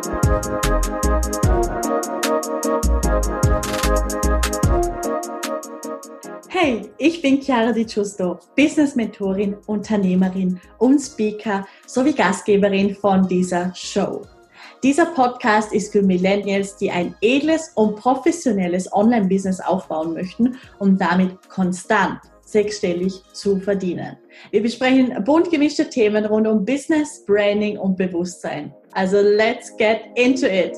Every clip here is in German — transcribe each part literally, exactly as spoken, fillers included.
Hey, ich bin Chiara Di Giusto, Business-Mentorin, Unternehmerin und Speaker sowie Gastgeberin von dieser Show. Dieser Podcast ist für Millennials, die ein edles und professionelles Online-Business aufbauen möchten, um damit konstant sechsstellig zu verdienen. Wir besprechen bunt gemischte Themen rund um Business, Branding und Bewusstsein. Also let's get into it!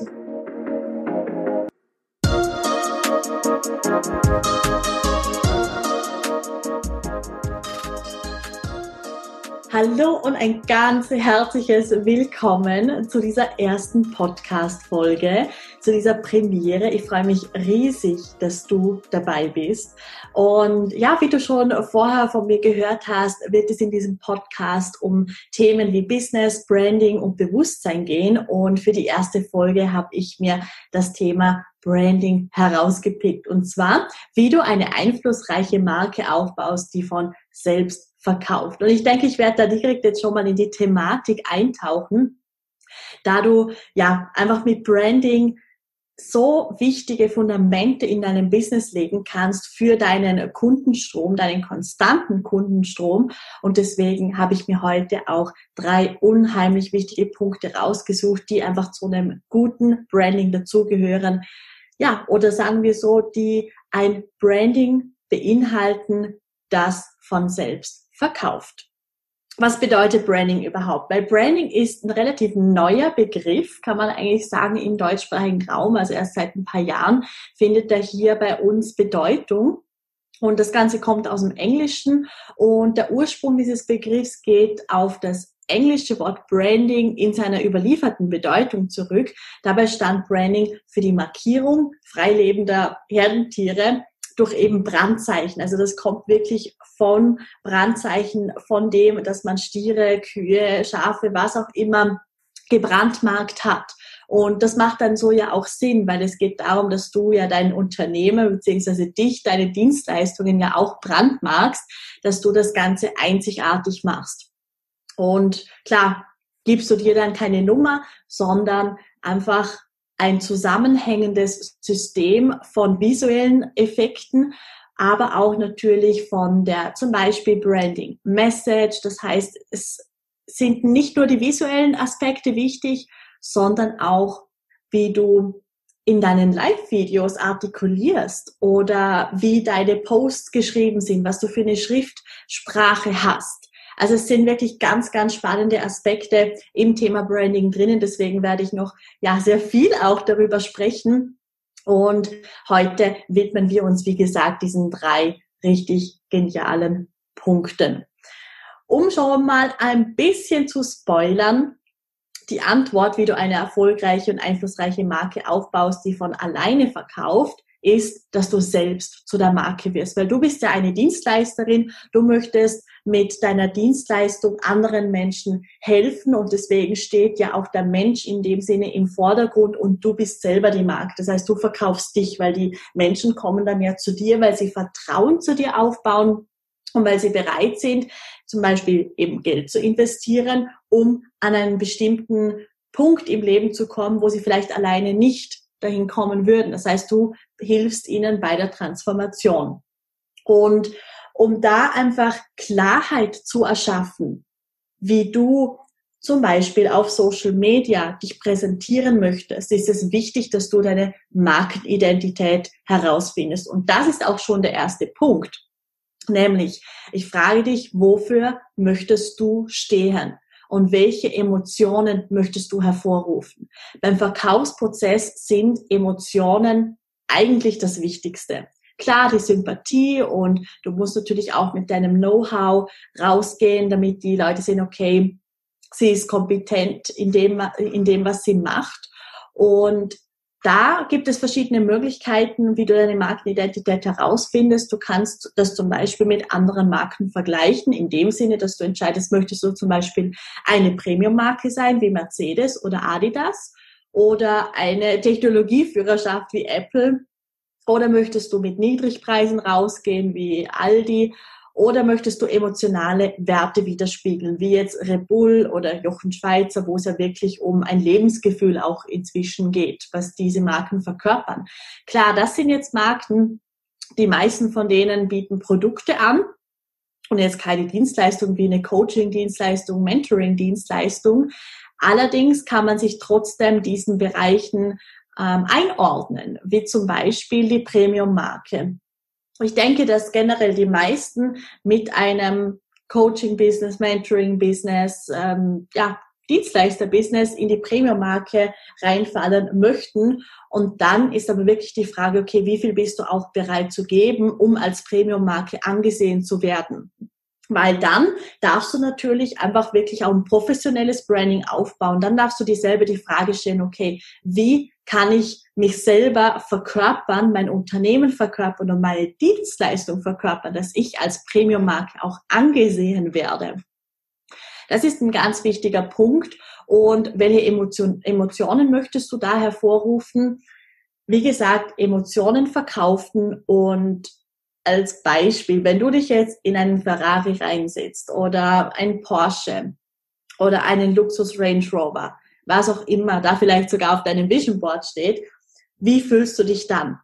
Hallo und ein ganz herzliches Willkommen zu dieser ersten Podcast-Folge, zu dieser Premiere. Ich freue mich riesig, dass du dabei bist. Und ja, wie du schon vorher von mir gehört hast, wird es in diesem Podcast um Themen wie Business, Branding und Bewusstsein gehen. Und für die erste Folge habe ich mir das Thema Branding herausgepickt. Und zwar, wie du eine einflussreiche Marke aufbaust, die von selbst verkauft. Und ich denke, ich werde da direkt jetzt schon mal in die Thematik eintauchen, da du ja einfach mit Branding so wichtige Fundamente in deinem Business legen kannst für deinen Kundenstrom, deinen konstanten Kundenstrom. Und deswegen habe ich mir heute auch drei unheimlich wichtige Punkte rausgesucht, die einfach zu einem guten Branding dazugehören. Ja, oder sagen wir so, die ein Branding beinhalten, das von selbst verkauft. Was bedeutet Branding überhaupt? Weil Branding ist ein relativ neuer Begriff, kann man eigentlich sagen, im deutschsprachigen Raum. Also erst seit ein paar Jahren findet er hier bei uns Bedeutung. Und das Ganze kommt aus dem Englischen. Und der Ursprung dieses Begriffs geht auf das englische Wort Branding in seiner überlieferten Bedeutung zurück. Dabei stand Branding für die Markierung freilebender Herdentiere durch eben Brandzeichen. Also das kommt wirklich von Brandzeichen, von dem, dass man Stiere, Kühe, Schafe, was auch immer gebrandmarkt hat. Und das macht dann so ja auch Sinn, weil es geht darum, dass du ja dein Unternehmen beziehungsweise dich, deine Dienstleistungen ja auch brandmarkst, dass du das Ganze einzigartig machst. Und klar, gibst du dir dann keine Nummer, sondern einfach ein zusammenhängendes System von visuellen Effekten, aber auch natürlich von der zum Beispiel Branding Message. Das heißt, es sind nicht nur die visuellen Aspekte wichtig, sondern auch, wie du in deinen Live-Videos artikulierst oder wie deine Posts geschrieben sind, was du für eine Schriftsprache hast. Also es sind wirklich ganz, ganz spannende Aspekte im Thema Branding drinnen. Deswegen werde ich noch ja sehr viel auch darüber sprechen. Und heute widmen wir uns, wie gesagt, diesen drei richtig genialen Punkten. Um schon mal ein bisschen zu spoilern, die Antwort, wie du eine erfolgreiche und einflussreiche Marke aufbaust, die von alleine verkauft, ist, dass du selbst zu der Marke wirst. Weil du bist ja eine Dienstleisterin, du möchtest mit deiner Dienstleistung anderen Menschen helfen und deswegen steht ja auch der Mensch in dem Sinne im Vordergrund und du bist selber die Marke. Das heißt, du verkaufst dich, weil die Menschen kommen dann ja zu dir, weil sie Vertrauen zu dir aufbauen und weil sie bereit sind, zum Beispiel eben Geld zu investieren, um an einen bestimmten Punkt im Leben zu kommen, wo sie vielleicht alleine nicht dahin kommen würden. Das heißt, du hilfst ihnen bei der Transformation. Und um da einfach Klarheit zu erschaffen, wie du zum Beispiel auf Social Media dich präsentieren möchtest, ist es wichtig, dass du deine Markenidentität herausfindest. Und das ist auch schon der erste Punkt. Nämlich, ich frage dich, wofür möchtest du stehen? Und welche Emotionen möchtest du hervorrufen? Beim Verkaufsprozess sind Emotionen eigentlich das Wichtigste. Klar, die Sympathie und du musst natürlich auch mit deinem Know-how rausgehen, damit die Leute sehen, okay, sie ist kompetent in dem, in dem, was sie macht. Und da gibt es verschiedene Möglichkeiten, wie du deine Markenidentität herausfindest. Du kannst das zum Beispiel mit anderen Marken vergleichen, in dem Sinne, dass du entscheidest, möchtest du zum Beispiel eine Premium-Marke sein, wie Mercedes oder Adidas, oder eine Technologieführerschaft wie Apple, oder möchtest du mit Niedrigpreisen rausgehen, wie Aldi, Oder möchtest du emotionale Werte widerspiegeln, wie jetzt Red Bull oder Jochen Schweizer, wo es ja wirklich um ein Lebensgefühl auch inzwischen geht, was diese Marken verkörpern. Klar, das sind jetzt Marken, die meisten von denen bieten Produkte an und jetzt keine Dienstleistung wie eine Coaching-Dienstleistung, Mentoring-Dienstleistung. Allerdings kann man sich trotzdem diesen Bereichen ähm, einordnen, wie zum Beispiel die Premium-Marke. Ich denke, dass generell die meisten mit einem Coaching-Business, Mentoring-Business, ähm, ja, Dienstleister-Business in die Premium-Marke reinfallen möchten. Und dann ist aber wirklich die Frage, okay, wie viel bist du auch bereit zu geben, um als Premium-Marke angesehen zu werden? Weil dann darfst du natürlich einfach wirklich auch ein professionelles Branding aufbauen. Dann darfst du dir selber die Frage stellen, okay, wie kann ich mich selber verkörpern, mein Unternehmen verkörpern und meine Dienstleistung verkörpern, dass ich als Premium-Marke auch angesehen werde. Das ist ein ganz wichtiger Punkt. Und welche Emotion, Emotionen möchtest du da hervorrufen? Wie gesagt, Emotionen verkaufen. Und als Beispiel, wenn du dich jetzt in einen Ferrari reinsetzt oder einen Porsche oder einen Luxus Range Rover, was auch immer da vielleicht sogar auf deinem Vision Board steht, wie fühlst du dich dann?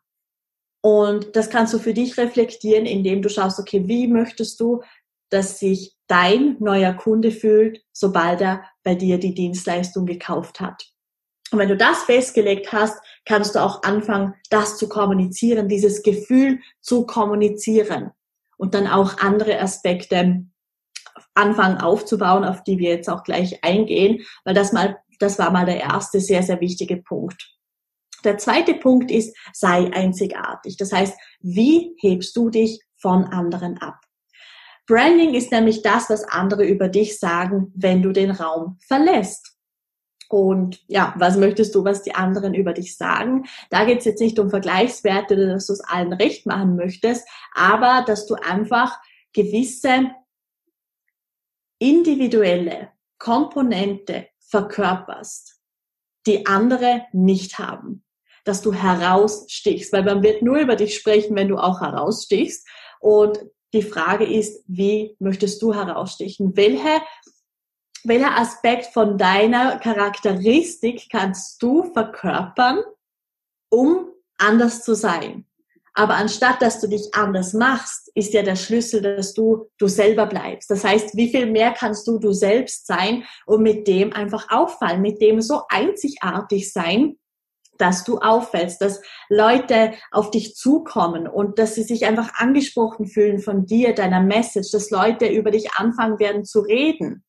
Und das kannst du für dich reflektieren, indem du schaust, okay, wie möchtest du, dass sich dein neuer Kunde fühlt, sobald er bei dir die Dienstleistung gekauft hat. Und wenn du das festgelegt hast, kannst du auch anfangen, das zu kommunizieren, dieses Gefühl zu kommunizieren und dann auch andere Aspekte anfangen aufzubauen, auf die wir jetzt auch gleich eingehen, weil das mal, das war mal der erste sehr, sehr wichtige Punkt. Der zweite Punkt ist, sei einzigartig. Das heißt, wie hebst du dich von anderen ab? Branding ist nämlich das, was andere über dich sagen, wenn du den Raum verlässt. Und ja, was möchtest du, was die anderen über dich sagen? Da geht es jetzt nicht um Vergleichswerte oder dass du es allen recht machen möchtest, aber dass du einfach gewisse individuelle Komponente verkörperst, die andere nicht haben. Dass du herausstichst, weil man wird nur über dich sprechen, wenn du auch herausstichst. Und die Frage ist, wie möchtest du herausstechen? Welche Welcher Aspekt von deiner Charakteristik kannst du verkörpern, um anders zu sein? Aber anstatt, dass du dich anders machst, ist ja der Schlüssel, dass du du selber bleibst. Das heißt, wie viel mehr kannst du du selbst sein und mit dem einfach auffallen, mit dem so einzigartig sein, dass du auffällst, dass Leute auf dich zukommen und dass sie sich einfach angesprochen fühlen von dir, deiner Message, dass Leute über dich anfangen werden zu reden.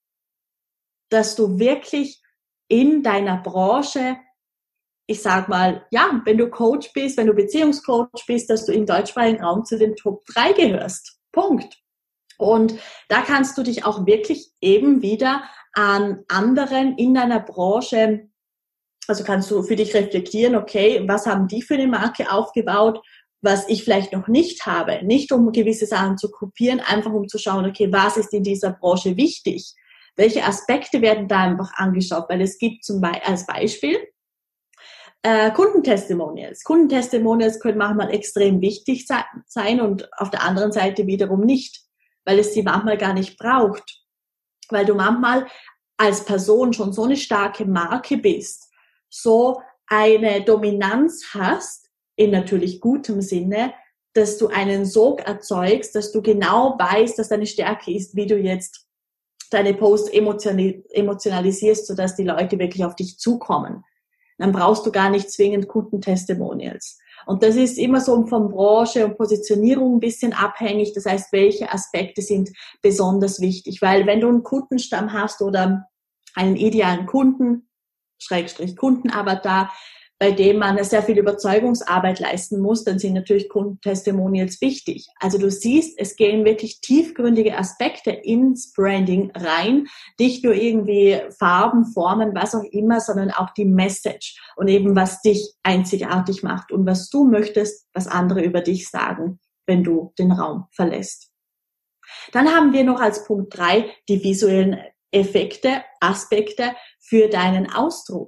Dass du wirklich in deiner Branche, ich sag mal, ja, wenn du Coach bist, wenn du Beziehungscoach bist, dass du im deutschsprachigen Raum zu den Top drei gehörst. Punkt. Und da kannst du dich auch wirklich eben wieder an anderen in deiner Branche, also kannst du für dich reflektieren, okay, was haben die für eine Marke aufgebaut, was ich vielleicht noch nicht habe. Nicht um gewisse Sachen zu kopieren, einfach um zu schauen, okay, was ist in dieser Branche wichtig? Welche Aspekte werden da einfach angeschaut? Weil es gibt zum Beispiel als Beispiel äh, Kundentestimonials. Kundentestimonials können manchmal extrem wichtig sein und auf der anderen Seite wiederum nicht, weil es sie manchmal gar nicht braucht. Weil du manchmal als Person schon so eine starke Marke bist, so eine Dominanz hast, in natürlich gutem Sinne, dass du einen Sog erzeugst, dass du genau weißt, dass deine Stärke ist, wie du jetzt deine Posts emotionalisierst, sodass die Leute wirklich auf dich zukommen. Dann brauchst du gar nicht zwingend Kundentestimonials. Und das ist immer so von Branche und Positionierung ein bisschen abhängig. Das heißt, welche Aspekte sind besonders wichtig? Weil wenn du einen Kundenstamm hast oder einen idealen Kunden, Schrägstrich Kundenavatar, bei dem man sehr viel Überzeugungsarbeit leisten muss, dann sind natürlich Kundentestimonials wichtig. Also du siehst, es gehen wirklich tiefgründige Aspekte ins Branding rein, nicht nur irgendwie Farben, Formen, was auch immer, sondern auch die Message und eben was dich einzigartig macht und was du möchtest, was andere über dich sagen, wenn du den Raum verlässt. Dann haben wir noch als Punkt drei die visuellen Effekte, Aspekte für deinen Ausdruck.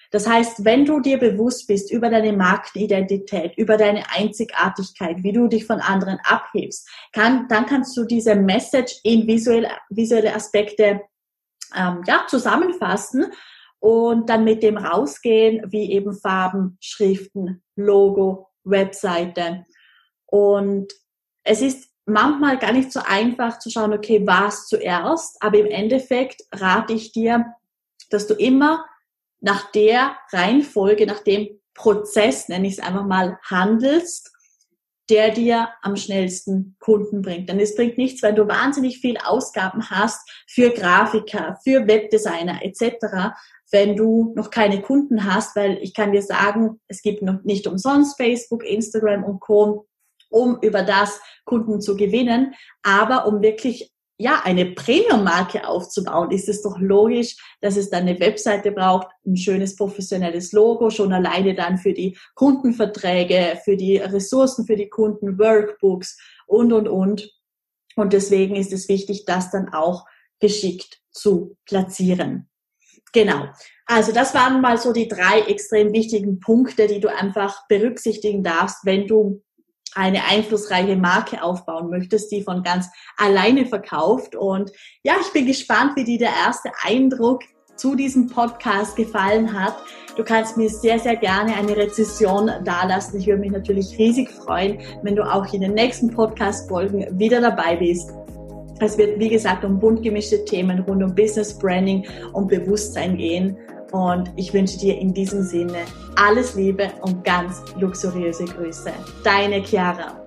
Das heißt, wenn du dir bewusst bist über deine Markenidentität, über deine Einzigartigkeit, wie du dich von anderen abhebst, kann, dann kannst du diese Message in visuelle, visuelle Aspekte ähm, ja, zusammenfassen und dann mit dem rausgehen, wie eben Farben, Schriften, Logo, Webseite. Und es ist manchmal gar nicht so einfach zu schauen, okay, was zuerst, aber im Endeffekt rate ich dir, dass du immer nach der Reihenfolge, nach dem Prozess, nenne ich es einfach mal, handelst, der dir am schnellsten Kunden bringt. Denn es bringt nichts, wenn du wahnsinnig viel Ausgaben hast für Grafiker, für Webdesigner et cetera, wenn du noch keine Kunden hast, weil ich kann dir sagen, es gibt noch nicht umsonst Facebook, Instagram und Co., um über das Kunden zu gewinnen, aber um wirklich ja eine Premium-Marke aufzubauen, ist es doch logisch, dass es dann eine Webseite braucht, ein schönes professionelles Logo, schon alleine dann für die Kundenverträge, für die Ressourcen für die Kunden, Workbooks und, und, und. Und deswegen ist es wichtig, das dann auch geschickt zu platzieren. Genau. Also das waren mal so die drei extrem wichtigen Punkte, die du einfach berücksichtigen darfst, wenn du eine einflussreiche Marke aufbauen möchtest, die von ganz alleine verkauft. Und ja, ich bin gespannt, wie dir der erste Eindruck zu diesem Podcast gefallen hat. Du kannst mir sehr, sehr gerne eine Rezession dalassen. Ich würde mich natürlich riesig freuen, wenn du auch in den nächsten Podcast-Folgen wieder dabei bist. Es wird, wie gesagt, um bunt gemischte Themen rund um Business Branding und Bewusstsein gehen. Und ich wünsche dir in diesem Sinne alles Liebe und ganz luxuriöse Grüße. Deine Chiara.